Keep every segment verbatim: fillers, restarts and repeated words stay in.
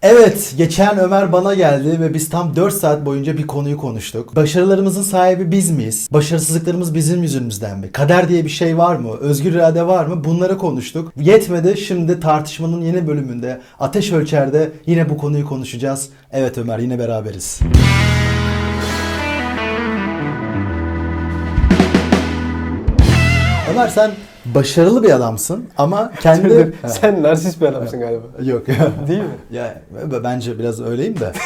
Evet, geçen Ömer bana geldi ve biz tam dört saat boyunca bir konuyu konuştuk. Başarılarımızın sahibi biz miyiz? Başarısızlıklarımız bizim yüzümüzden mi? Kader diye bir şey var mı? Özgür irade var mı? Bunları konuştuk. Yetmedi, şimdi tartışmanın yeni bölümünde Ateş Ölçer'de yine bu konuyu konuşacağız. Evet Ömer, yine beraberiz. Ömer, sen başarılı bir adamsın ama kendi... Sen narsist bir adamsın galiba. Yok. Değil mi? Ya bence biraz öyleyim de.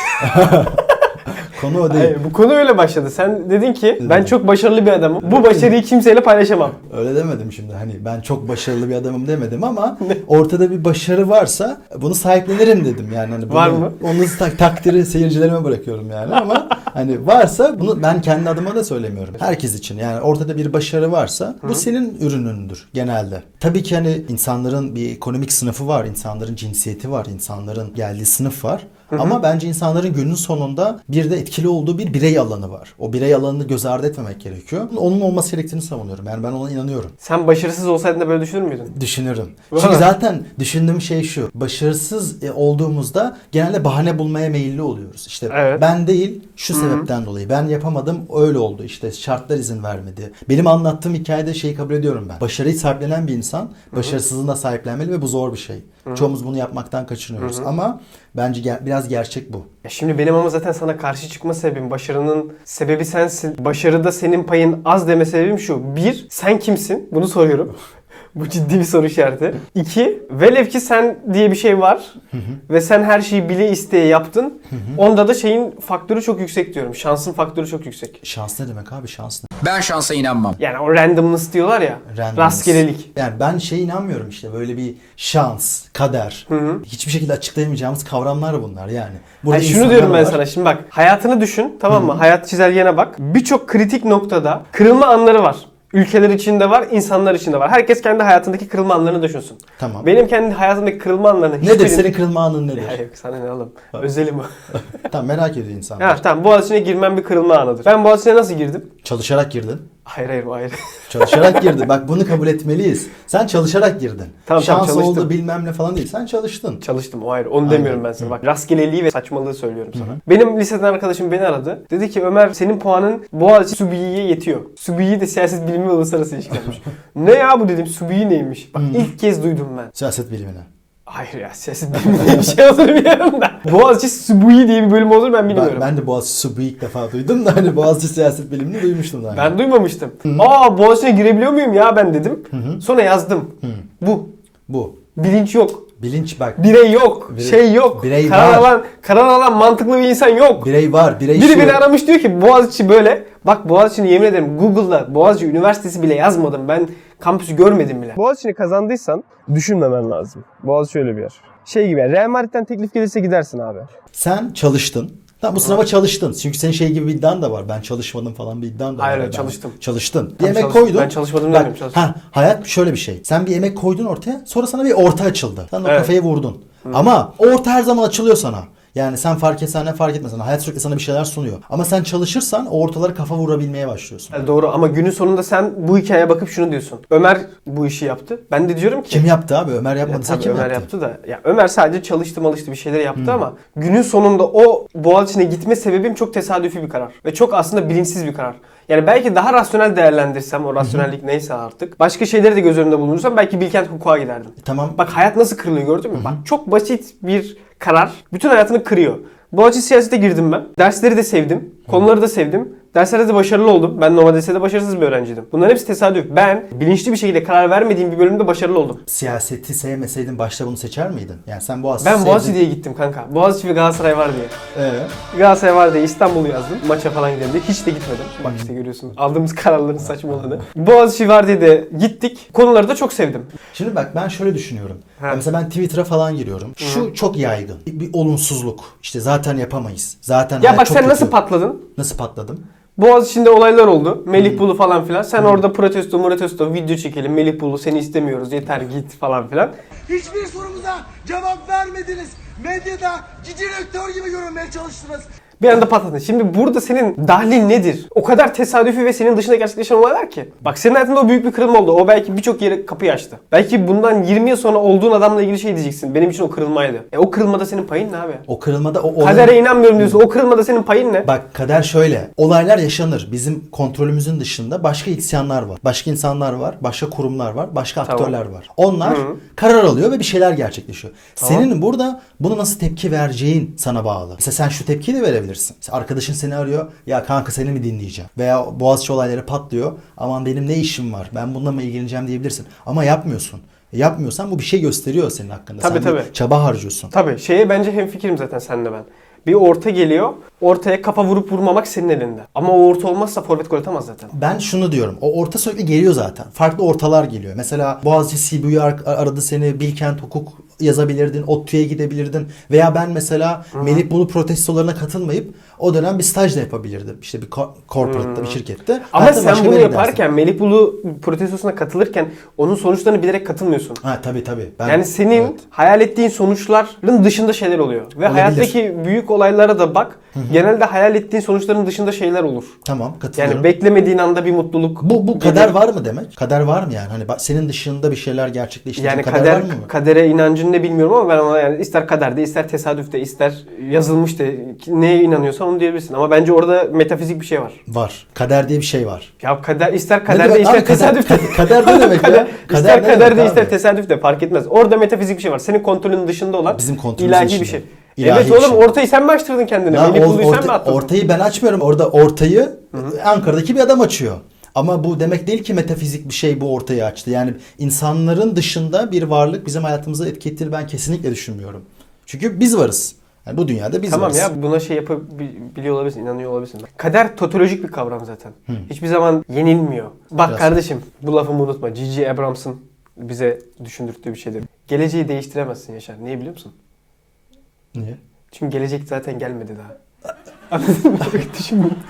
Konu o değil. Hayır, bu konu öyle başladı. Sen dedin ki ben çok başarılı bir adamım. Bu başarıyı kimseyle paylaşamam. Öyle demedim şimdi. Hani ben çok başarılı bir adamım demedim ama ortada bir başarı varsa bunu sahiplenirim dedim yani. Hani bunu, var mı? Onun tak- takdiri seyircilerime bırakıyorum yani ama hani varsa bunu ben kendi adıma da söylemiyorum. Herkes için yani ortada bir başarı varsa bu Hı. senin ürünündür genelde. Tabii ki hani insanların bir ekonomik sınıfı var, insanların cinsiyeti var, insanların geldiği sınıf var. Hı hı. Ama bence insanların günün sonunda bir de etkili olduğu bir birey alanı var. O birey alanını göz ardı etmemek gerekiyor. Onun olması gerektiğini savunuyorum. Yani ben ona inanıyorum. Sen başarısız olsaydın da böyle düşünür müydün? Düşünürüm. Çünkü zaten düşündüğüm şey şu. Başarısız olduğumuzda genelde bahane bulmaya meyilli oluyoruz. İşte evet. ben değil şu Hı-hı. sebepten dolayı. Ben yapamadım öyle oldu. İşte şartlar izin vermedi. Benim anlattığım hikayede şeyi kabul ediyorum ben. Başarıyı sahiplenen bir insan başarısızlığını da sahiplenmeli ve bu zor bir şey. Hı-hı. Çoğumuz bunu yapmaktan kaçınıyoruz. Hı-hı. Ama bence ger- biraz gerçek bu. Ya şimdi benim ama zaten sana karşı çıkma sebebim, başarının sebebi sensin. Başarıda senin payın az deme sebebim şu. Bir, sen kimsin? Bunu soruyorum. Bu ciddi bir soru işareti. İki, velev ki sen diye bir şey var hı hı. ve sen her şeyi bile isteye yaptın. Hı hı. Onda da şeyin faktörü çok yüksek diyorum. Şansın faktörü çok yüksek. Şans ne demek abi? Şans ne? Ben şansa inanmam. Yani o randomness diyorlar ya. Randomness. Rastgelelik. Yani ben şey inanmıyorum işte böyle bir şans, kader. Hı hı. Hiçbir şekilde açıklayamayacağımız kavramlar bunlar yani. Burada şunu diyorum ben var. sana. Şimdi bak hayatını düşün, tamam mı? Hı hı. Hayat çizelgene bak. Birçok kritik noktada kırılma anları var. Ülkeler içinde var, insanlar içinde var. Herkes kendi hayatındaki kırılma anlarını düşünsün. Tamam. Benim kendi hayatımdaki kırılma anlarını nedir? Hiçbirini... Senin kırılma anın nedir? Ya yok sana ne oğlum? Özelim o. Tamam, merak ediyor insanlar. Ha, tamam, Boğaziçi'ne girmem bir kırılma anıdır. Ben Boğaziçi'ne nasıl girdim? Çalışarak girdin. Hayır hayır o ayrı. Çalışarak girdin. Bak bunu kabul etmeliyiz. Sen çalışarak girdin. Tamam, Şans tamam, oldu bilmem ne falan değil. Sen çalıştın. Çalıştım o ayrı. Onu Aynen. demiyorum ben sana. Bak rastgeleliği ve saçmalığı söylüyorum sana. Hı-hı. Benim liseden arkadaşım beni aradı. Dedi ki Ömer senin puanın Boğaziçi Subiyi'ye yetiyor. Subiyi de siyaset bilimi ve uluslararası ilişkilermiş. Ne ya bu dedim. Subiyi neymiş? Bak Hı-hı. ilk kez duydum ben. Siyaset bilimine. Hayır ya siyaset bilimi diye bir şey olur biliyorum da. Boğaziçi Subiyi diye bir bölüm olur ben bilmiyorum. Ben, ben de Boğaziçi Subiyi ilk defa duydum da hani Boğaziçi siyaset bilimini duymuştum daha. Ben duymamıştım. Hı-hı. Aa Boğaziçi'ne girebiliyor muyum ya ben dedim. Hı-hı. Sonra yazdım. Hı-hı. Bu. Bu. Bilinç yok. Bilinç bak. Birey yok. Birey, şey yok. Birey karar var. alan, karar alan mantıklı bir insan yok. Birey var. Birey Biri şu. beni aramış diyor ki Boğaziçi böyle. Bak Boğaziçi'ni yemin ederim Google'da Boğaziçi Üniversitesi bile yazmadım. Ben kampüsü görmedim bile. Boğaziçi'ni kazandıysan düşünmemen lazım. Boğaziçi öyle bir yer. Şey gibi yani Real Madrid'den teklif gelirse gidersin abi. Sen çalıştın. Tamam bu sınava çalıştın. Çünkü senin şey gibi bir iddian da var. Ben çalışmadım falan bir iddian da Hayır, var. Hayır çalıştım. Çalıştın. Bir emek çalıştım. koydun. Ben çalışmadım demiyorum çalıştım. Ha, hayat şöyle bir şey. Sen bir emek koydun ortaya. Sonra sana bir orta açıldı. Sen evet. o kafayı vurdun. Hı. Ama orta her zaman açılıyor sana. Yani sen fark etsen ne fark etmesen hayat sürekli sana bir şeyler sunuyor. Ama sen çalışırsan o ortaları kafa vurabilmeye başlıyorsun. Yani doğru ama günün sonunda sen bu hikayeye bakıp şunu diyorsun. Ömer bu işi yaptı. Ben de diyorum ki... Kim yaptı abi? Ömer yapmadıysa ya, kim Ömer yaptı? Ömer yaptı da. Ya Ömer sadece çalıştı malıştı bir şeyler yaptı hmm. ama günün sonunda o Boğaziçi'ne gitme sebebim çok tesadüfi bir karar. Ve çok aslında bilinçsiz bir karar. Yani belki daha rasyonel değerlendirsem, o rasyonellik neyse artık. Başka şeyleri de göz önünde bulundursam belki Bilkent hukuka giderdim. Tamam. Bak hayat nasıl kırılıyor gördün mü? Hı-hı. Bak çok basit bir karar bütün hayatını kırıyor. Boğaziçi siyasete girdim ben. Dersleri de sevdim. Konuları da sevdim. Derslerde de başarılı oldum. Ben normalde lisede başarısız bir öğrenciydim. Bunların hepsi tesadüf. Ben bilinçli bir şekilde karar vermediğim bir bölümde başarılı oldum. Siyaseti sevmeseydin başta bunu seçer miydin? Yani sen Boğaziçi Ben Boğaziçi diye gittim kanka. Boğaziçi ve Galatasaray var diye. Ee? Galatasaray var diye İstanbul'u yazdım. Maça falan gidelim diye. Hiç de gitmedim. Bak işte görüyorsunuz. Aldığımız kararların saçmalığını. Boğaziçi var diye de gittik. Konuları da çok sevdim. Şimdi bak ben şöyle düşünüyorum. Mesela ben Twitter'a falan giriyorum. Şu Hı-hı. çok yaygın. Bir, bir olumsuzluk. İşte zaten yapamayız. Zaten ya bak çok sen kötü. nasıl patladın? Nasıl patladım? Boğaziçi'nde olaylar oldu. Melih Bulu falan filan. Sen hmm. orada protesto, protesto, video çekelim. Melih Bulu seni istemiyoruz. Yeter git falan filan. Hiçbir sorumuza cevap vermediniz. Medyada cici rektör gibi görünmeye çalıştınız. Bir anda patladın. Şimdi burada senin dahlin nedir? O kadar tesadüfi ve senin dışında gerçekleşen olaylar ki. Bak senin hayatında o büyük bir kırılma oldu. O belki birçok yere kapıyı açtı. Belki bundan yirmi yıl sonra olduğun adamla ilgili şey diyeceksin. Benim için o kırılmaydı. E o kırılmada senin payın ne abi? O kırılmada o olay... Kadere inanmıyorum diyorsun. O kırılmada senin payın ne? Bak kader şöyle. Olaylar yaşanır. Bizim kontrolümüzün dışında başka isyanlar var. Başka insanlar var. Başka kurumlar var. Başka Tamam. aktörler var. Onlar Hı. karar alıyor ve bir şeyler gerçekleşiyor. Tamam. Senin burada buna nasıl tepki vereceğin sana bağlı. Mesela sen şu tepkiyi de verebilirsin. Mesela arkadaşın seni arıyor. Ya kanka seni mi dinleyeceğim? Veya Boğaziçi olayları patlıyor. Aman benim ne işim var? Ben bununla mı ilgileneceğim diyebilirsin. Ama yapmıyorsun. E yapmıyorsan bu bir şey gösteriyor senin hakkında. Tabii, sen tabii. bir çaba harcıyorsun. Tabii şeye bence hemfikirim zaten seninle ben. Bir orta geliyor. Ortaya kafa vurup vurmamak senin elinde. Ama o orta olmazsa forvet gol atamaz zaten. Ben şunu diyorum. O orta sürekli geliyor zaten. Farklı ortalar geliyor. Mesela Boğaziçi C B U'yu ar- aradı seni. Bilkent Hukuk yazabilirdin. ODTÜ'ye gidebilirdin. Veya ben mesela Hı-hı. Melih Bulu protestolarına katılmayıp o dönem bir staj da yapabilirdim. İşte bir ko- corporate'da, Hı-hı. bir şirkette. Ama Hatta sen başka bunu bir yere yaparken gidersin. Melih Bulu protestosuna katılırken onun sonuçlarını bilerek katılmıyorsun. Ha tabii tabii. Ben, Yani senin evet. hayal ettiğin sonuçların dışında şeyler oluyor. Ve Olabilir. hayattaki büyük olaylara da bak. Hı-hı. Genelde hayal ettiğin sonuçların dışında şeyler olur. Tamam katılıyorum. Yani beklemediğin anda bir mutluluk. bu bu gelir. kader var mı demek? Kader var mı yani? Hani bak, senin dışında bir şeyler gerçekleştirecek Yani kader, kader, var mı? kadere inancını ne bilmiyorum ama ben ona yani ister kaderde, ister tesadüfte, ister yazılmış de neye inanıyorsan onu diyebilirsin. Ama bence orada metafizik bir şey var. Var. Kader diye bir şey var. Ya kader ister Ne kaderde, demek ister abi, kader- tesadüfte. kader ne demek ya? Kader- Kader ister ne kaderde, demek ister abi? tesadüfte fark etmez. Orada metafizik bir şey var. Senin kontrolünün dışında olan Bizim kontrolümüzün ilahi dışında. bir şey. İlahi evet bir oğlum şey. ortayı sen mi açtırdın kendine? Ya Melih o- Bulu'yu sen orta- mi attın? ortayı ben açmıyorum. Orada ortayı Ankara'daki bir adam açıyor. Ama bu demek değil ki metafizik bir şey bu ortayı açtı. Yani insanların dışında bir varlık bizim hayatımıza etki ettiğini ben kesinlikle düşünmüyorum. Çünkü biz varız. Yani bu dünyada biz Tamam varız. ya buna şey yapabiliyor olabilirsin, inanıyor olabilirsin. Kader totolojik bir kavram zaten. Hı. Hiçbir zaman yenilmiyor. Bak Biraz. kardeşim bu lafımı unutma. J J Abrams'ın bize düşündürttüğü bir şeydir. Geleceği değiştiremezsin Yaşar. Niye biliyor musun? Niye? Çünkü gelecek zaten gelmedi daha. Anladın mı? Düşün bunu.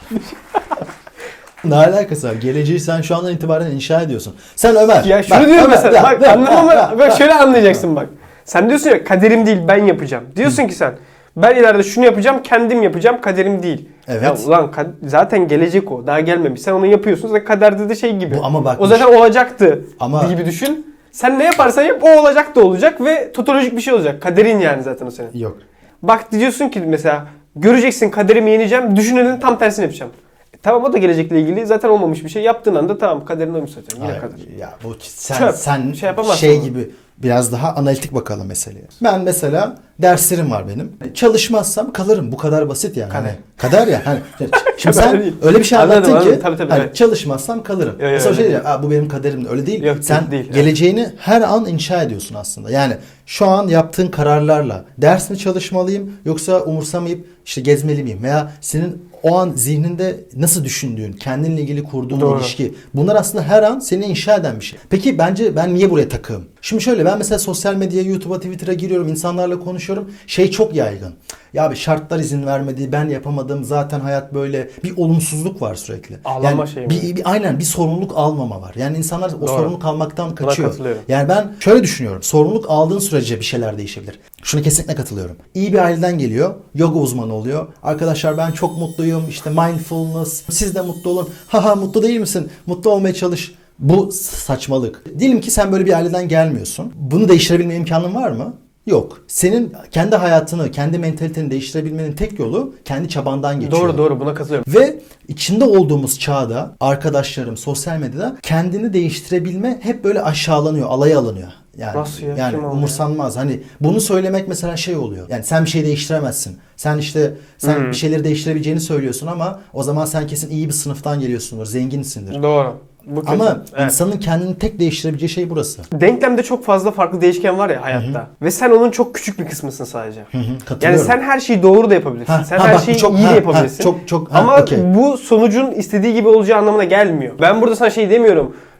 Ne alakası var? Geleceği sen şu andan itibaren inşa ediyorsun. Sen Ömer. Ya şunu bak, diyorum Ömer, mesela. bak, Bak bak, anlamamı bak, bak, bak bak. şöyle anlayacaksın bak. Sen diyorsun ya kaderim değil ben yapacağım. Diyorsun ki sen ben ileride şunu yapacağım kendim yapacağım kaderim değil. Evet. Ya ulan kad- zaten gelecek o daha gelmemiş. Sen onu yapıyorsun zaten kaderde de şey gibi. Bu ama bak- o zaten olacaktı Ama- gibi düşün. Sen ne yaparsan yap o olacak da olacak ve totolojik bir şey olacak. Kaderin yani zaten o senin. Yok. Bak diyorsun ki mesela göreceksin kaderimi yeneceğim düşünenin tam tersini yapacağım. E, tamam o da gelecekle ilgili zaten olmamış bir şey. Yaptığın anda tamam kaderin oymuş zaten yine Hayır, kader. ya bu sen Çöp. sen Şey yapamazsın şey ama. gibi biraz daha analitik bakalım meseleye. Ben mesela derslerim var benim. Çalışmazsam kalırım. Bu kadar basit yani. Kader. Hani, kader ya. Hani şimdi Kader sen değil. öyle bir şey Anladım, anlattın anladım. ki Tabii, tabii, hani evet. çalışmazsam kalırım. Yo, yo, Mesela öyle şey değil. diyeceğim, "Aa, bu benim kaderim." Öyle değil. Yok, sen değil, evet. geleceğini her an inşa ediyorsun aslında. Yani şu an yaptığın kararlarla ders mi çalışmalıyım yoksa umursamayıp işte gezmeli miyim? Veya senin o an zihninde nasıl düşündüğün, kendinle ilgili kurduğun Doğru. ilişki. Bunlar aslında her an seni inşa eden bir şey. Peki bence ben niye buraya takığım? Şimdi şöyle ben mesela sosyal medyaya, YouTube'a, Twitter'a giriyorum, insanlarla konuşuyorum. Şey çok yaygın. Ya abi şartlar izin vermedi, ben yapamadım, zaten hayat böyle. Bir olumsuzluk var sürekli. Ağlama yani şeyi mi? bir, bir, aynen bir sorumluluk almama var. Yani insanlar o Doğru. sorumluluk almaktan kaçıyor. katılıyorum. Yani ben şöyle düşünüyorum. Sorumluluk aldığın sürece bir şeyler değişebilir. Şuna kesinlikle katılıyorum. İyi bir aileden geliyor. Yoga uzmanı oluyor. Arkadaşlar ben çok mutluyum. İşte mindfulness. Siz de mutlu olun. Haha mutlu değil misin? Mutlu olmaya çalış. Bu saçmalık. Diyelim ki sen böyle bir aileden gelmiyorsun. Bunu değiştirebilme imkanın var mı? Yok. Senin kendi hayatını, kendi mentaliteni değiştirebilmenin tek yolu kendi çabandan geçiyor. Doğru doğru buna katılıyorum. Ve içinde olduğumuz çağda arkadaşlarım sosyal medyada kendini değiştirebilme hep böyle aşağılanıyor, alaya alınıyor. Yani, Nasıl ya? yani Kim o umursanmaz. Hani bunu söylemek mesela şey oluyor. Yani sen bir şey değiştiremezsin. Sen işte sen Hmm. bir şeyleri değiştirebileceğini söylüyorsun ama o zaman sen kesin iyi bir sınıftan geliyorsundur, zenginsindir. Doğru. Bu kötü. Ama Evet. insanın kendini tek değiştirebileceği şey burası. Denklemde çok fazla farklı değişken var ya hayatta. Ve sen onun çok küçük bir kısmısın sadece. Hı hı, Yani katılıyorum. sen her şeyi doğru da yapabilirsin. Ha, sen ha, her bak bu şeyi çok- iyi ha, de yapabilirsin. ha, çok- çok- ha, Ama okey. bu sonucun istediği gibi olacağı anlamına gelmiyor. Ben burada sana şey demiyorum.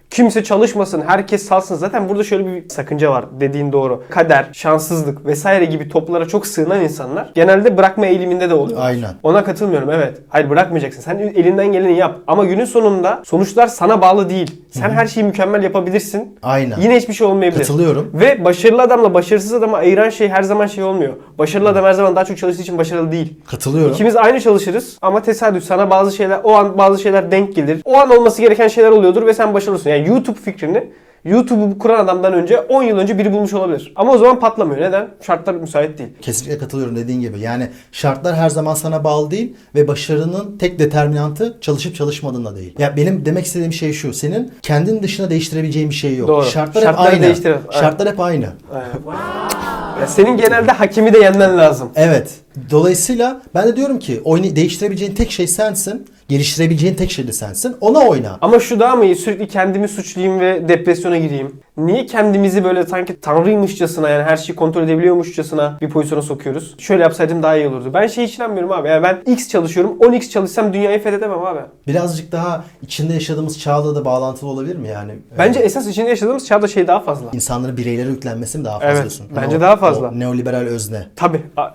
Kimse çalışmasın, herkes salsın. Zaten burada şöyle bir sakınca var, dediğin doğru. Kader, şanssızlık vesaire gibi toplara çok sığınan insanlar genelde bırakma eğiliminde de oluyor. Aynen. Ona katılmıyorum, evet. Hayır, bırakmayacaksın. Sen elinden geleni yap. Ama günün sonunda sonuçlar sana bağlı değil. Sen her şeyi mükemmel yapabilirsin. Aynen. Yine hiçbir şey olmayabilir. Katılıyorum. Ve başarılı adamla başarısız adamı ayıran şey her zaman şey olmuyor. Başarılı adam her zaman daha çok çalıştığı için başarılı değil. Katılıyorum. İkimiz aynı çalışırız ama tesadüf, sana bazı şeyler, o an bazı şeyler denk gelir. O an olması gereken şeyler oluyordur ve sen başarılısın. Yani YouTube fikrini YouTube'u kuran adamdan önce on yıl önce biri bulmuş olabilir. Ama o zaman patlamıyor. Neden? Şartlar müsait değil. Kesinlikle katılıyorum dediğin gibi. Yani şartlar her zaman sana bağlı değil ve başarının tek determinantı çalışıp çalışmadığında değil. Ya benim demek istediğim şey şu. Senin kendin dışına değiştirebileceğin bir şey yok. Doğru. Şartlar Şartları hep aynı. değiştirelim. Şartlar hep aynı. Aynen. Ya senin genelde hakemi de yenmen lazım. Evet. Dolayısıyla ben de diyorum ki oyunu değiştirebileceğin tek şey sensin. Geliştirebileceğin tek şey de sensin. Ona oyna. Ama şu daha mı iyi? Sürekli kendimi suçlayayım ve depresyona gireyim. Niye kendimizi böyle sanki tanrıymışçasına, yani her şeyi kontrol edebiliyormuşçasına bir pozisyona sokuyoruz? Şöyle yapsaydım daha iyi olurdu. Ben şey hiç inanmıyorum abi. Yani ben X çalışıyorum. on X çalışsam dünyayı fethedemem abi. Birazcık daha içinde yaşadığımız çağla da bağlantılı olabilir mi yani? Bence Ee, esas içinde yaşadığımız çağda şey daha fazla. insanların bireylere yüklenmesi mi daha fazla Evet, diyorsun? bence o- daha fazla. O neoliberal özne. Tabii. A-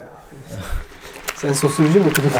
Sen sosyoloji mi okudun?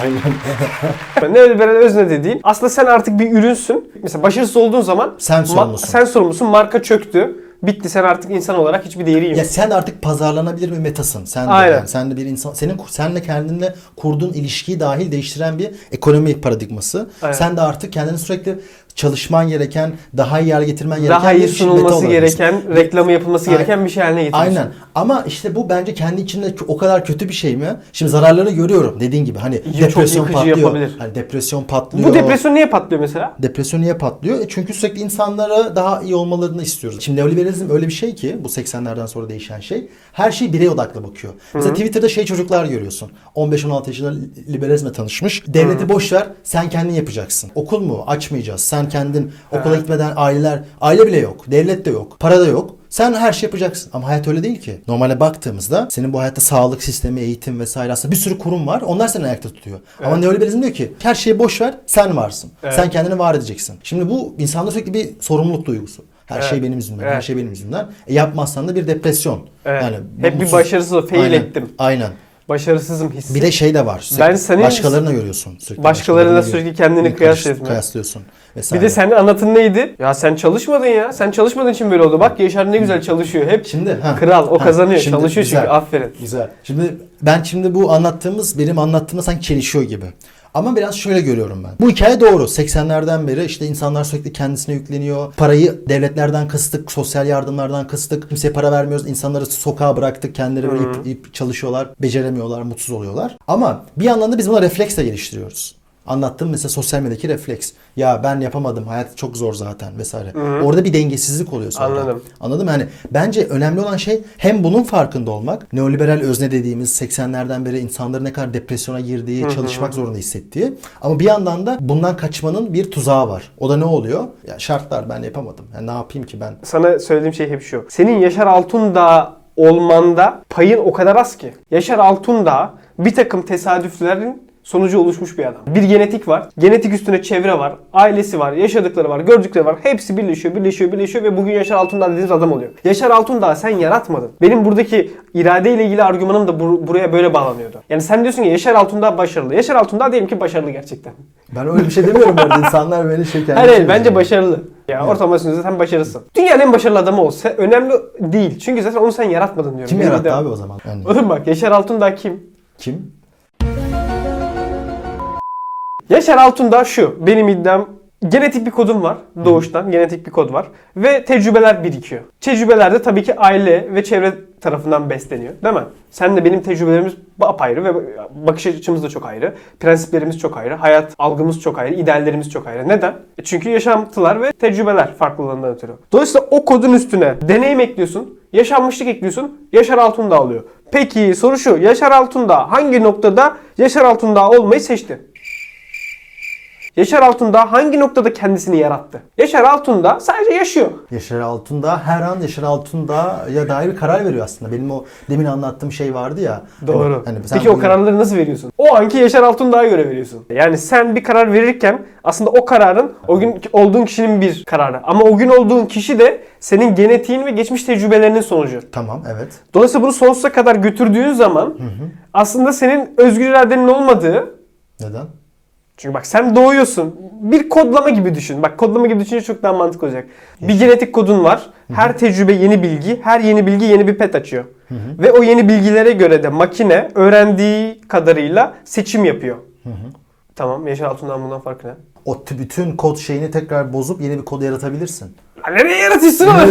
Aynen. Neoliberal özne dediğin, aslında sen artık bir ürünsün. Mesela başarısız olduğun zaman Sen ma- sorumlusun. sen sorumlusun. Marka çöktü. Bitti, sen artık insan olarak hiçbir değeri yok. Ya sen artık pazarlanabilir bir metasın. Sen de, Aynen. yani sen de bir insan. Senin senle kendinle kurduğun ilişkiyi dahil değiştiren bir ekonomi paradigması. Aynen. Sen de artık kendini sürekli çalışman gereken, daha iyi yer getirmen gereken Daha iyi bir meta sunulması olabilirsin. gereken, reklamı yapılması Aynen. gereken bir şey haline getiriyorsun. Aynen. Ama işte bu bence kendi içinde o kadar kötü bir şey mi? Şimdi zararları görüyorum dediğin gibi. Hani çok depresyon yıkıcı patlıyor. yapabilir. Hani depresyon patlıyor. Bu depresyon niye patlıyor mesela? Depresyon niye patlıyor? E çünkü sürekli insanlara daha iyi olmalarını istiyoruz. Şimdi neoliberalizm öyle bir şey ki, bu seksenlerden sonra değişen şey, her şey birey odaklı bakıyor. Mesela Twitter'da şey çocuklar görüyorsun. on beş on altı yaşında liberalizmle tanışmış. Devleti boş ver, sen kendin yapacaksın. Okul mu? Açmayacağız. Sen kendin okula gitmeden aileler, aile bile yok. Devlet de yok. Para da yok. Sen her şey yapacaksın. Ama hayat öyle değil ki. Normale baktığımızda senin bu hayatta sağlık sistemi, eğitim vesaire aslında bir sürü kurum var. Onlar seni ayakta tutuyor. Ama neoliberalizm diyor ki her şeyi boş ver, sen varsın. Evet. Sen kendini var edeceksin. Şimdi bu insanda sürekli bir sorumluluk duygusu. Her Evet. şey benim yüzümden, her Evet. şey benim yüzümden. E yapmazsan da bir depresyon. Evet. Yani Hep bir mutsuz- başarısız ol, fail Aynen, ettim. Aynen. Başarısızım hissi. Bir de şey de var. Ben senin- başkalarına görüyorsun. Sürekli Başkalarına başkalarına sürekli gör- kendini karış- kıyaslıyorsun. Kıyaslıyorsun. Bir Vesaire. de senin anlatın neydi? Ya sen çalışmadın ya. Sen çalışmadığın için böyle oldu. Bak Yaşar ne güzel çalışıyor. Hep Şimdi ha, kral. O ha, kazanıyor. şimdi Çalışıyor güzel. çünkü. Aferin. Güzel. Şimdi ben şimdi bu anlattığımız, benim anlattığımda sanki çelişiyor gibi. Ama biraz şöyle görüyorum ben. Bu hikaye doğru. seksenlerden beri işte insanlar sürekli kendisine yükleniyor. Parayı devletlerden kıstık, sosyal yardımlardan kıstık. Kimseye para vermiyoruz. İnsanları sokağa bıraktık. Kendileri böyle ip, ip çalışıyorlar. Beceremiyorlar, mutsuz oluyorlar. Ama bir yandan da biz buna refleks de geliştiriyoruz. Anlattığım mesela sosyal medyadaki refleks. Ya ben yapamadım, hayat çok zor zaten vesaire. Orada bir dengesizlik oluyor sonra. Anladım. Anladın mı? Yani bence önemli olan şey hem bunun farkında olmak. Neoliberal özne dediğimiz seksenlerden beri insanların ne kadar depresyona girdiği, çalışmak zorunda hissettiği. Ama bir yandan da bundan kaçmanın bir tuzağı var. O da ne oluyor? Ya şartlar, ben yapamadım. Yani ne yapayım ki ben? Sana söylediğim şey hep şu. Senin Yaşar Altundağ olmanda payın o kadar az ki. Yaşar Altundağ bir takım tesadüflerin sonucu oluşmuş bir adam. Bir genetik var. Genetik üstüne çevre var. Ailesi var. Yaşadıkları var. Gördükleri var. Hepsi birleşiyor, birleşiyor, birleşiyor ve bugün Yaşar Altundağ dediğimiz adam oluyor. Yaşar Altundağ sen yaratmadın. Benim buradaki iradeyle ilgili argümanım da bur- buraya böyle bağlanıyordu. Yani sen diyorsun ki Yaşar Altundağ başarılı. Yaşar Altundağ diyelim ki başarılı gerçekten. Ben öyle bir şey demiyorum orada. İnsanlar beni şey kendi Hayır hayır şey bence diyor. başarılı. Ya ortalama üstünde sen başarısın. Dünyanın en başarılı adamı ol. Sen- önemli değil. Çünkü zaten onu sen yaratmadın diyorum. Kim Benim yarattı iddiam- abi o zaman? Yani Oğlum bak Yaşar Altundağ kim? kim? Yaşar Altundağ şu. Benim iddiam genetik bir kodum var. Doğuştan genetik bir kod var. Ve tecrübeler birikiyor. Tecrübeler de tabii ki aile ve çevre tarafından besleniyor. Değil mi? Sen de benim tecrübelerimiz apayrı ve bakış açımız da çok ayrı. Prensiplerimiz çok ayrı. Hayat algımız çok ayrı. İdeallerimiz çok ayrı. Neden? E çünkü yaşantılar ve tecrübeler farklılığından ötürü. Dolayısıyla o kodun üstüne deneyim ekliyorsun. Yaşanmışlık ekliyorsun. Yaşar Altundağ oluyor. Peki soru şu. Yaşar Altundağ hangi noktada Yaşar Altundağ olmayı seçti? Yaşar Altundağ hangi noktada kendisini yarattı? Yaşar Altundağ sadece yaşıyor. Yaşar Altundağ her an Yaşar Altundağ'a dair bir karar veriyor aslında. Benim o demin anlattığım şey vardı ya. Doğru. Hani, hani sen Peki o bunu- kararları nasıl veriyorsun? O anki Yaşar Altundağ'a göre veriyorsun. Yani sen bir karar verirken aslında o kararın o gün olduğun kişinin bir kararı. Ama o gün olduğun kişi de senin genetiğin ve geçmiş tecrübelerinin sonucu. Tamam, evet. Dolayısıyla bunu sonsuza kadar götürdüğün zaman aslında senin özgür iradenin olmadığı. Neden? Çünkü bak sen doğuyorsun. Bir kodlama gibi düşün. Bak kodlama gibi düşünce çok daha mantıklı olacak. Bir genetik kodun var. Her tecrübe yeni bilgi. Her yeni bilgi yeni bir pet açıyor. Hı hı. Ve o yeni bilgilere göre de makine öğrendiği kadarıyla seçim yapıyor. Hı hı. Tamam. Yaşar Altundağ'ın bundan farkı ne? O t- bütün kod şeyini tekrar bozup yeni bir kod yaratabilirsin. Ya nereye yaratıyorsun onu?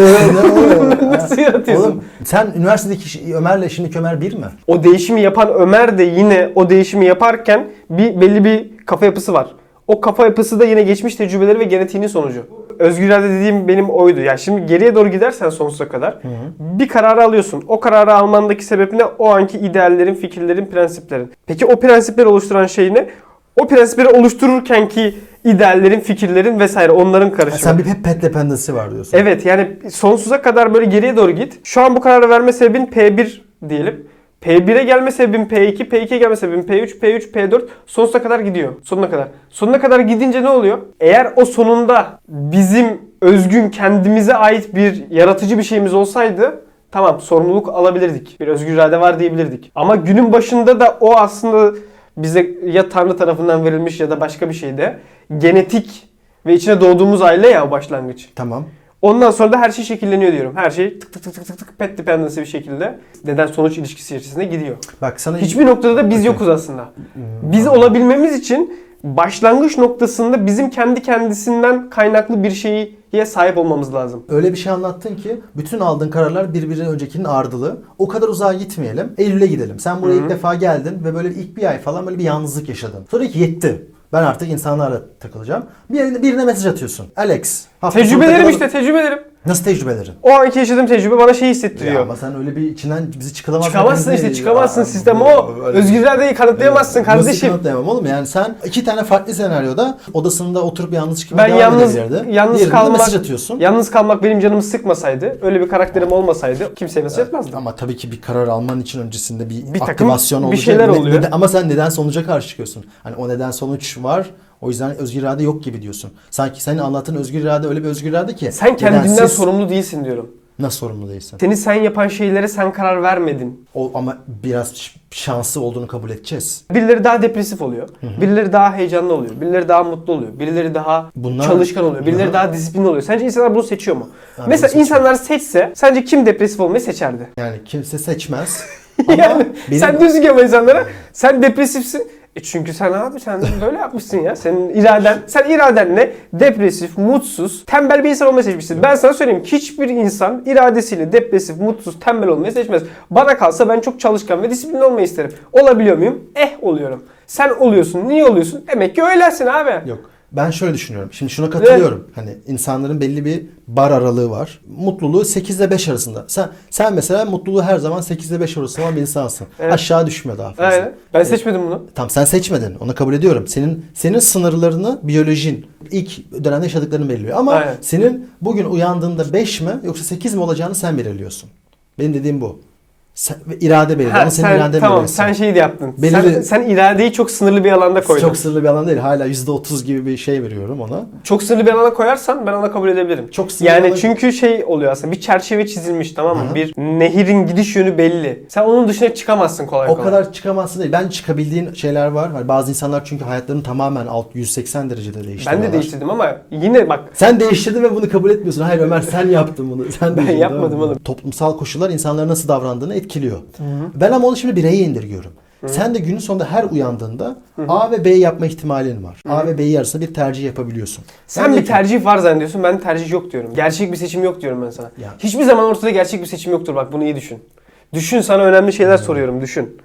Nasıl yaratıyorsun? Oğlum, sen üniversitedeki şi- Ömer'le şimdiki Ömer bir mi? O değişimi yapan Ömer de yine o değişimi yaparken bir belli bir kafa yapısı var. O kafa yapısı da yine geçmiş tecrübeleri ve genetiğinin sonucu. Özgür irade dediğim benim oydu. Yani şimdi geriye doğru gidersen sonsuza kadar hı hı. bir kararı alıyorsun. O kararı almandaki sebep ne? O anki ideallerin, fikirlerin, prensiplerin. Peki o prensipleri oluşturan şey ne? O prensipleri oluştururken ki ideallerin, fikirlerin vesaire onların karışımı. Sen bir hep pet dependency var diyorsun. Evet, yani sonsuza kadar böyle geriye doğru git. Şu an bu kararı verme sebebin P bir diyelim. P bire gelme sebebin P iki, P ikiye gelme sebebin P üç, P üç, P dört sonsuza kadar gidiyor. Sonuna kadar. Sonuna kadar gidince ne oluyor? Eğer o sonunda bizim özgün kendimize ait bir yaratıcı bir şeyimiz olsaydı tamam sorumluluk alabilirdik. Bir özgür irade var diyebilirdik. Ama günün başında da o aslında bize ya Tanrı tarafından verilmiş ya da başka bir şeyde genetik ve içine doğduğumuz aile ya o başlangıç. Tamam. Ondan sonra da her şey şekilleniyor diyorum. Her şey tık tık tık tık tık tık pet dependency bir şekilde neden sonuç ilişkisi içerisinde gidiyor. Bak sana Hiçbir noktada da biz okay. yokuz aslında. Biz olabilmemiz için başlangıç noktasında bizim kendi kendisinden kaynaklı bir şeye sahip olmamız lazım. Öyle bir şey anlattın ki bütün aldığın kararlar birbirinin öncekinin ardılı. O kadar uzağa gitmeyelim. Eylül'e gidelim. Sen buraya Hı-hı. ilk defa geldin ve böyle ilk bir ay falan böyle bir yalnızlık yaşadın. Sonra ki yetti. Ben artık insanlarla takılacağım. Bir, birine mesaj atıyorsun. Alex. Tecrübelerim işte tecrübelerim. Nasıl tecrübelerin? O anki yaşadığım tecrübe bana şey hissettiriyor. Ya ama sen öyle bir içinden bizi çıkamazsın. Çıkamazsın işte çıkamazsın. Ya, sistem o. Özgür iradeyi kanıtlayamazsın evet, kardeşim. Nasıl kanıtlayamam oğlum? Yani sen iki tane farklı senaryoda odasında oturup yalnız çıkmaya ben devam yalnız, edebilirdi. yalnız Diğerinde kalmak, mesaj atıyorsun. Yalnız kalmak benim canımı sıkmasaydı, öyle bir karakterim olmasaydı kimseye mesaj atmazdım. Ama tabii ki bir karar alman için öncesinde bir, bir aktivasyon olacak. Bir şeyler oluyor. Neden, ama sen neden sonuca karşı çıkıyorsun. Hani o neden sonuç var. O yüzden özgür irade yok gibi diyorsun. Sanki senin anlattığın özgür irade öyle bir özgür irade ki. Sen kendinden nedensiz, sorumlu değilsin diyorum. Nasıl sorumlu değilsin? Seni sen yapan şeylere sen karar vermedin. O, ama biraz şanslı olduğunu kabul edeceğiz. Birileri daha depresif oluyor. Hı-hı. Birileri daha heyecanlı oluyor. Birileri daha mutlu oluyor. Birileri daha Bunlar, çalışkan oluyor. Birileri Hı-hı. daha disiplinli oluyor. Sence insanlar bunu seçiyor mu? Yani Mesela insanlar seçse sence kim depresif olmayı seçerdi? Yani kimse seçmez. Ama yani benim... sen diyorsun ki ama insanlara sen depresifsin. E çünkü sen abi sen böyle yapmışsın ya. Senin iraden, sen iradenle depresif, mutsuz, tembel bir insan olmayı seçmişsin. Ben sana söyleyeyim hiçbir insan iradesiyle depresif, mutsuz, tembel olmayı seçmez. Bana kalsa ben çok çalışkan ve disiplinli olmayı isterim. Olabiliyor muyum? Eh oluyorum. Sen oluyorsun. Niye oluyorsun? Demek ki öylesin abi. Yok. Ben şöyle düşünüyorum. Şimdi şuna katılıyorum. Evet. Hani insanların belli bir bar aralığı var. Mutluluğu sekiz ile beş arasında. Sen sen mesela mutluluğu her zaman sekiz ile beş arasında olan bir insansın. Evet. Aşağı düşme daha fazla. Evet. Ben seçmedim bunu. Tamam sen seçmedin. Onu kabul ediyorum. Senin senin sınırlarını biyolojin ilk dönemde yaşadıklarını belirliyor. Ama Aynen. senin bugün uyandığında beş mi yoksa sekiz mi olacağını sen belirliyorsun. Benim dediğim bu. Sen, irade belirli. Ama senin iraden tamam belirli. sen şey de yaptın. Belirli, sen, sen iradeyi çok sınırlı bir alanda koydun. Çok sınırlı bir alan değil. Hala yüzde otuz gibi bir şey veriyorum ona. Çok sınırlı bir alana koyarsan ben ona kabul edebilirim. Çok sınırlı yani alana... çünkü şey oluyor aslında bir çerçeve çizilmiş tamam mı? Aha. Bir nehirin gidiş yönü belli. Sen onun dışına çıkamazsın kolay kolay. O kadar çıkamazsın değil. Ben çıkabildiğin şeyler var. Hani bazı insanlar çünkü hayatlarını tamamen alt yüz seksen derecede değiştiriyorlar. Ben de değiştirdim ama yine bak. Sen değiştirdin ve bunu kabul etmiyorsun. Hayır Ömer sen yaptın bunu. Sen ben yapmadım oğlum. Toplumsal koşullar insanların nasıl davrandığını etkiliyor. Hı-hı. Ben ama onu şimdi bireye indirgiyorum. Hı-hı. Sen de günün sonunda her uyandığında Hı-hı. A ve B yapma ihtimalin var. Hı-hı. A ve B'yi arasında bir tercih yapabiliyorsun. Sen ben bir tercih var zannediyorsun. Ben tercih yok diyorum. Gerçek bir seçim yok diyorum ben sana. Yani. Hiçbir zaman ortada gerçek bir seçim yoktur. Bak bunu iyi düşün. Düşün sana önemli şeyler Hı-hı. soruyorum. Düşün.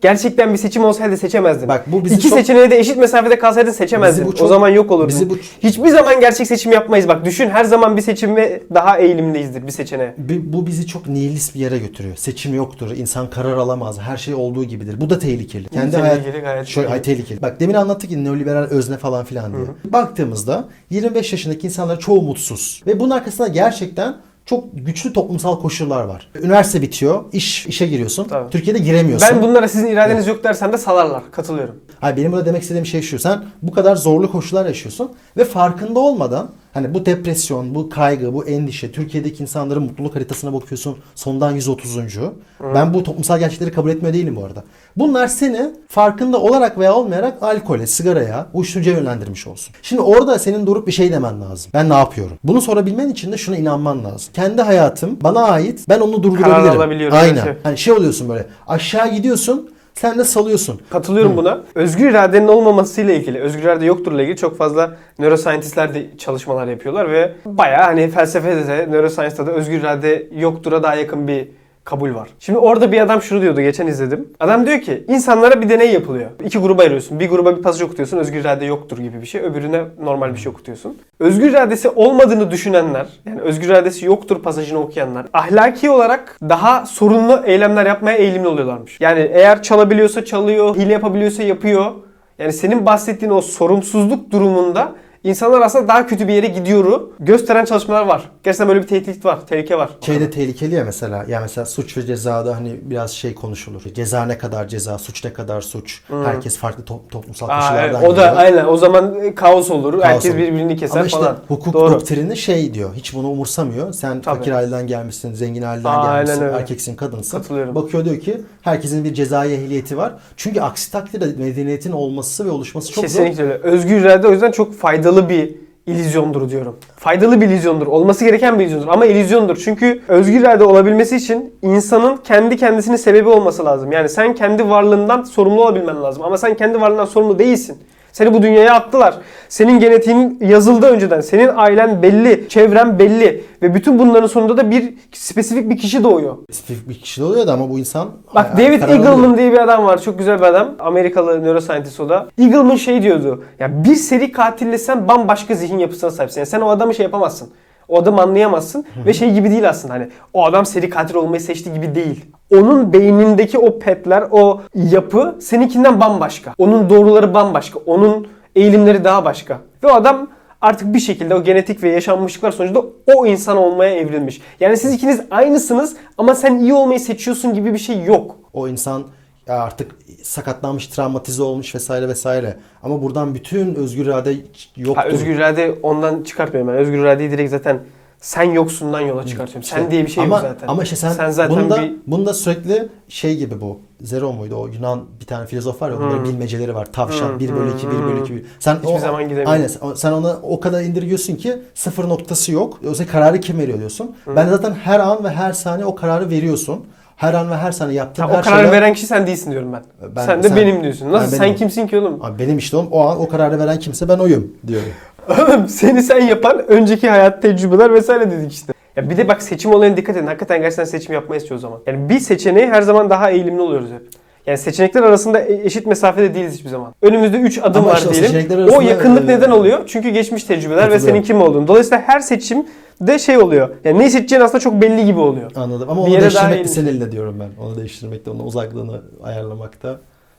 Gerçekten bir seçim olsaydı seçemezdin. Bak bu bizi İki çok... seçeneğe de eşit mesafede kalsaydın seçemezdin. Bizi bu çok- O zaman yok olurdun. Bizi bu Hiçbir zaman gerçek seçim yapmayız. Bak düşün, her zaman bir seçime daha eğilimliyizdir bir seçeneğe. Bi- Bu bizi çok nihilist bir yere götürüyor. Seçim yoktur, insan karar alamaz, her şey olduğu gibidir. Bu da tehlikeli. Kendi Tehlikeli, hayat gayet şöyle ay, tehlikeli. tehlikeli. Bak demin anlattık ki neoliberal özne falan filan diye. Baktığımızda yirmi beş yaşındaki insanlar çoğu mutsuz ve bunun arkasında gerçekten çok güçlü toplumsal koşullar var. Üniversite bitiyor, iş işe giriyorsun. Tabii. Türkiye'de giremiyorsun. Ben bunlara sizin iradeniz yok dersem de salarlar. Katılıyorum. Hayır, benim burada demek istediğim şey şu. Sen bu kadar zorlu koşullar yaşıyorsun ve farkında olmadan hani bu depresyon, bu kaygı, bu endişe, Türkiye'deki insanların mutluluk haritasına bakıyorsun sondan yüz otuzuncu. Ben bu toplumsal gerçekleri kabul etmiyor değilim bu arada. Bunlar seni farkında olarak veya olmayarak alkole, sigaraya, uyuşturucuya yönlendirmiş olsun. Şimdi orada senin durup bir şey demen lazım. Ben ne yapıyorum? Bunu sorabilmen için de şuna inanman lazım. Kendi hayatım bana ait. Ben onu durdurabilirim. Karar alabiliyorum. Aynen. Evet. Hani şey oluyorsun böyle. Aşağı gidiyorsun. Sen de salıyorsun. Katılıyorum buna. Özgür iradenin olmamasıyla ilgili, özgür irade yokturla ilgili çok fazla neuroscientistler de çalışmalar yapıyorlar ve bayağı hani felsefede de, neuroscience'da da özgür irade yoktura daha yakın bir kabul var. Şimdi orada bir adam şunu diyordu, geçen izledim. Adam diyor ki insanlara bir deney yapılıyor. İki gruba ayırıyorsun. Bir gruba bir pasaj okutuyorsun, özgür irade yoktur gibi bir şey. Öbürüne normal bir şey okutuyorsun. Özgür iradesi olmadığını düşünenler, yani özgür iradesi yoktur pasajını okuyanlar, ahlaki olarak daha sorunlu eylemler yapmaya eğilimli oluyorlarmış. Yani eğer çalabiliyorsa çalıyor, hile yapabiliyorsa yapıyor. Yani senin bahsettiğin o sorumsuzluk durumunda İnsanlar aslında daha kötü bir yere gidiyoru gösteren çalışmalar var. Gerçekten böyle bir tehdit var, tehlike var. Şeyde tehlikeli ya mesela. Yani mesela suç ve cezada hani biraz şey konuşulur. Ceza ne kadar ceza, suç ne kadar suç. Hmm. Herkes farklı to- toplumsal Aa, koşullardan evet, o da geliyor. aynen. O zaman kaos olur. Kaos Herkes olur. birbirini keser Ama işte falan. hukuk Doğru. doktrini şey diyor. Hiç bunu umursamıyor. Sen Tabii. fakir aileden gelmişsin, zengin aileden Aa, aynen gelmişsin, öyle. erkeksin, kadınsın. Katılıyorum. Bakıyor diyor ki herkesin bir cezai ehliyeti var. Çünkü aksi takdirde medeniyetin olması ve oluşması çok zor. Kesinlikle öyle. Özgür irade o yüzden çok faydalı bir illüzyondur diyorum. Faydalı bir illüzyondur. Olması gereken bir illüzyondur. Ama illüzyondur. Çünkü özgür irade olabilmesi için insanın kendi kendisinin sebebi olması lazım. Yani sen kendi varlığından sorumlu olabilmen lazım. Ama sen kendi varlığından sorumlu değilsin. Seni bu dünyaya attılar. Senin genetiğin yazıldı önceden. Senin ailen belli, çevren belli. Ve bütün bunların sonunda da bir spesifik bir kişi doğuyor. Spesifik bir kişi de oluyor da ama bu insan... Bak yani David karar alıyor. Eagleman diye bir adam var. Çok güzel bir adam. Amerikalı neuroscientist o da. Eagleman şey diyordu. Ya bir seri katille sen bambaşka zihin yapısına sahipsin. Yani sen o adamı şey yapamazsın. O adamı anlayamazsın. Ve şey gibi değil aslında hani. O adam seri katil olmayı seçti gibi değil. Onun beynindeki o petler, o yapı seninkinden bambaşka. Onun doğruları bambaşka. Onun eğilimleri daha başka. Ve o adam artık bir şekilde o genetik ve yaşanmışlıklar sonucunda o insan olmaya evrilmiş. Yani siz ikiniz aynısınız ama sen iyi olmayı seçiyorsun gibi bir şey yok. O insan artık sakatlanmış, travmatize olmuş vesaire vesaire. Ama buradan bütün özgür irade yoktur. Ha, özgür irade ondan çıkartmıyorum ben. Özgür iradeyi direkt zaten sen yoksundan yola çıkartıyorum. Sen İşte, diye bir şey ama, yok zaten. Ama işte sen, sen zaten bunda, bir... bunda sürekli şey gibi bu. Zero muydu? O Yunan bir tane filozof var ya. Onların Hmm. bilmeceleri var. Tavşan. Hmm, bir bölü iki, bir bölü iki. Sen Hiçbir o, zaman gidemiyor. aynen. Sen ona o kadar indirgiyorsun ki sıfır noktası yok. Oysa kararı kim veriyor diyorsun. Hmm. Ben de zaten her an ve her saniye o kararı veriyorsun. Her an ve her saniye yaptığın Ha, her o kararı şeyden- veren kişi sen değilsin diyorum ben. Ben- sen de sen- benim diyorsun. Nasıl ben sen benim. kimsin ki oğlum? Abi benim işte oğlum, o an o kararı veren kimse ben oyum diyorum. Oğlum seni sen yapan önceki hayat tecrübeler vesaire dedik işte. Ya bir de bak seçim olayına dikkat edin. Hakikaten gerçekten seçim yapmayız o zaman. Yani bir seçeneği her zaman daha eğilimli oluyoruz hep. Yani seçenekler arasında e- eşit mesafede değiliz hiçbir zaman. Önümüzde üç adım Ama var işte o diyelim. seçenekler O arasında- yakınlık neden oluyor? Çünkü geçmiş tecrübeler ve Katılıyorum. senin kim olduğun. Dolayısıyla her seçim de şey oluyor. Yani ne seçeceğin aslında çok belli gibi oluyor. Anladım. Ama Bir onu yere daha değiştirmek de eğilim. senin elinde diyorum ben. Onu değiştirmekte, onun uzaklığını ayarlamakta.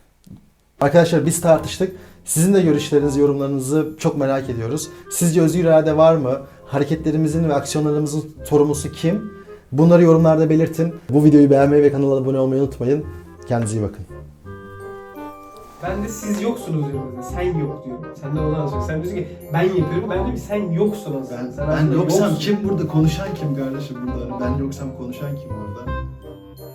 Arkadaşlar biz tartıştık. Sizin de görüşlerinizi, yorumlarınızı çok merak ediyoruz. Sizce özgür irade var mı? Hareketlerimizin ve aksiyonlarımızın sorumlusu kim? Bunları yorumlarda belirtin. Bu videoyu beğenmeyi ve kanala abone olmayı unutmayın. Kendinize iyi bakın. Ben de siz yoksunuz diyorum. Sen yok diyorum. Sen de onu anlatıyorsun. Sen diyorsun ki ben yapıyorum. Ben diyorum ki sen yoksun aslında. Sen aslında yoksun. kim burada? Konuşan kim kardeşim burada? Ben yoksam konuşan kim burada?